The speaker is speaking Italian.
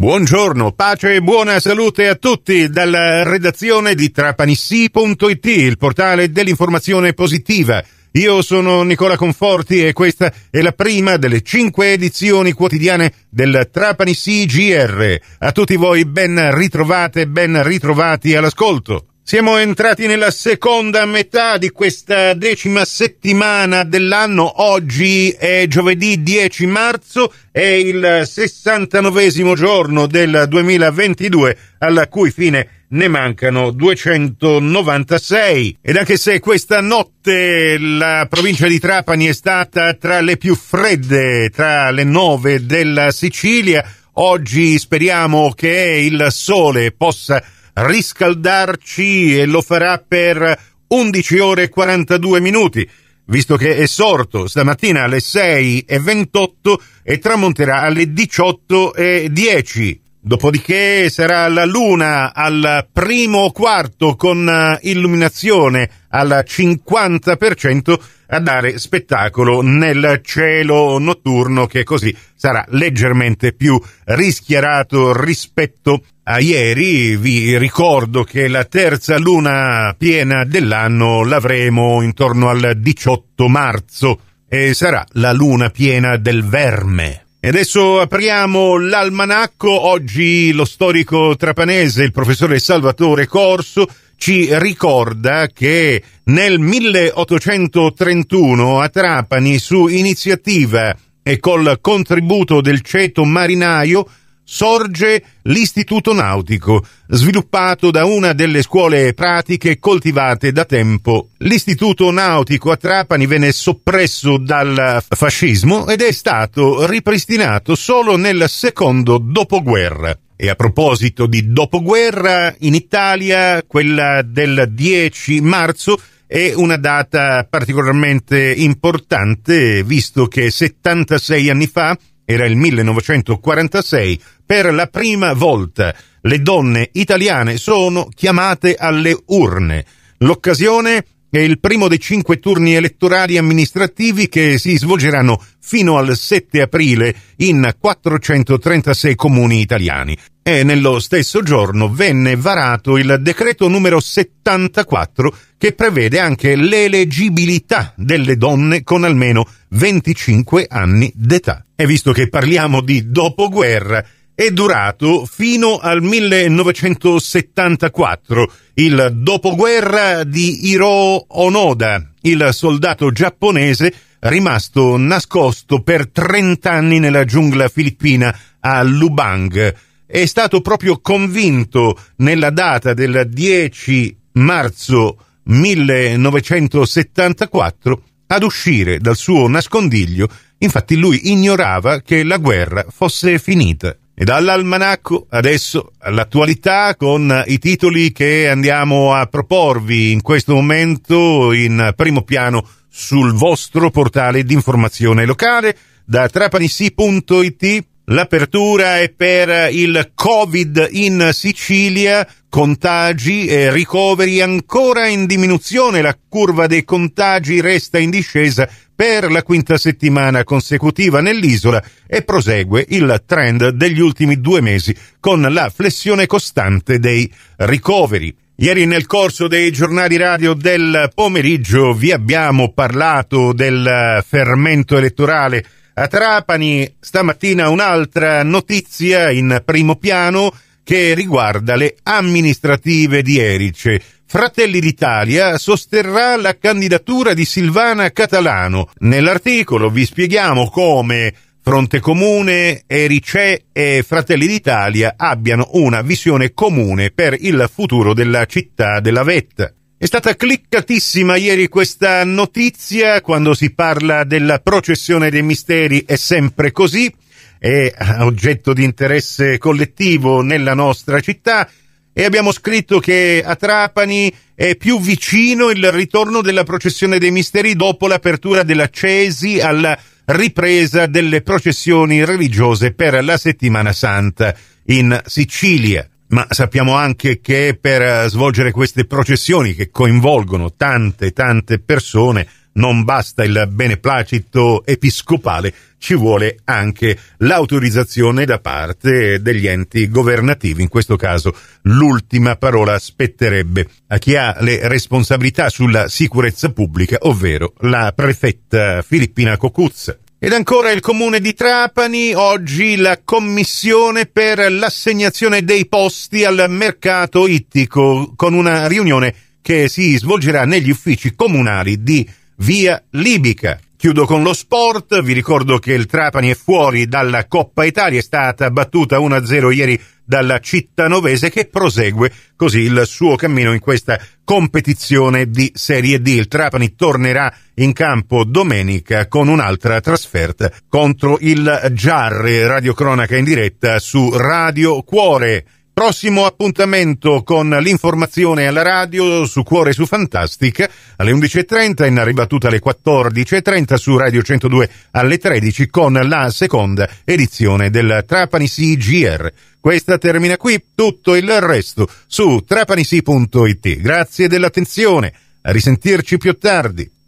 Buongiorno, pace e buona salute a tutti dalla redazione di trapanissi.it, il portale dell'informazione positiva. Io sono Nicola Conforti e questa è la prima delle 5 edizioni quotidiane del Trapanissi GR. A tutti voi ben ritrovate, ben ritrovati all'ascolto. Siamo entrati nella seconda metà di questa 10ª settimana dell'anno. Oggi è giovedì 10 marzo, è il 69esimo giorno del 2022, alla cui fine ne mancano 296. Ed anche se questa notte la provincia di Trapani è stata tra le più fredde, tra le 9 della Sicilia, oggi speriamo che il sole possa riscaldarci e lo farà per 11 ore e 42 minuti, visto che è sorto stamattina alle 6:28 e tramonterà alle 18:10. Dopodiché sarà la luna al primo quarto con illuminazione al 50% a dare spettacolo nel cielo notturno, che così sarà leggermente più rischiarato rispetto a ieri. Vi ricordo che la terza luna piena dell'anno l'avremo intorno al 18 marzo e sarà la luna piena del Verme. E adesso apriamo l'almanacco. Oggi lo storico trapanese, il professore Salvatore Corso, ci ricorda che nel 1831 a Trapani, su iniziativa e col contributo del ceto marinaio, sorge l'Istituto Nautico, sviluppato da una delle scuole pratiche coltivate da tempo. L'Istituto Nautico a Trapani venne soppresso dal fascismo ed è stato ripristinato solo nel secondo dopoguerra. E a proposito di dopoguerra, in Italia quella del 10 marzo è una data particolarmente importante, visto che 76 anni fa, era il 1946, per la prima volta le donne italiane sono chiamate alle urne. L'occasione è il primo dei 5 turni elettorali amministrativi che si svolgeranno fino al 7 aprile in 436 comuni italiani. E nello stesso giorno venne varato il decreto numero 74 che prevede anche l'eleggibilità delle donne con almeno 25 anni d'età. E visto che parliamo di dopoguerra, è durato fino al 1974, il dopoguerra di Hiroo Onoda, il soldato giapponese rimasto nascosto per 30 anni nella giungla filippina a Lubang. È stato proprio convinto nella data del 10 marzo 1974 ad uscire dal suo nascondiglio. Infatti lui ignorava che la guerra fosse finita. E dall'almanacco adesso all'attualità, con i titoli che andiamo a proporvi in questo momento in primo piano sul vostro portale di informazione locale. Da trapanissi.it l'apertura è per il Covid in Sicilia, contagi e ricoveri ancora in diminuzione, la curva dei contagi resta in discesa per la quinta settimana consecutiva nell'isola e prosegue il trend degli ultimi 2 mesi con la flessione costante dei ricoveri. Ieri nel corso dei giornali radio del pomeriggio vi abbiamo parlato del fermento elettorale a Trapani. Stamattina un'altra notizia in primo piano che riguarda le amministrative di Erice. Fratelli d'Italia sosterrà la candidatura di Silvana Catalano. Nell'articolo vi spieghiamo come Fronte Comune, Erice e Fratelli d'Italia abbiano una visione comune per il futuro della città della Vetta. È stata cliccatissima ieri questa notizia. Quando si parla della processione dei misteri è sempre così, è oggetto di interesse collettivo nella nostra città, e abbiamo scritto che a Trapani è più vicino il ritorno della processione dei misteri dopo l'apertura della Cesi alla ripresa delle processioni religiose per la Settimana Santa in Sicilia. Ma sappiamo anche che per svolgere queste processioni che coinvolgono tante persone non basta il beneplacito episcopale, ci vuole anche l'autorizzazione da parte degli enti governativi. In questo caso l'ultima parola spetterebbe a chi ha le responsabilità sulla sicurezza pubblica, ovvero la prefetta Filippina Cocuzza. Ed ancora il comune di Trapani, oggi la commissione per l'assegnazione dei posti al mercato ittico, con una riunione che si svolgerà negli uffici comunali di Via Libica. Chiudo con lo sport, vi ricordo che il Trapani è fuori dalla Coppa Italia, è stata battuta 1-0 ieri dalla Cittanovese, che prosegue così il suo cammino in questa competizione di Serie D. Il Trapani tornerà in campo domenica con un'altra trasferta contro il Giarre. Radiocronaca in diretta su Radio Cuore. Prossimo appuntamento con l'informazione alla radio su Cuore su Fantastica alle 11.30, in ribattuta alle 14.30 su Radio 102 alle 13 con la seconda edizione del Trapani CGR. Questa termina qui, tutto il resto su trapanisi.it. Grazie dell'attenzione, a risentirci più tardi.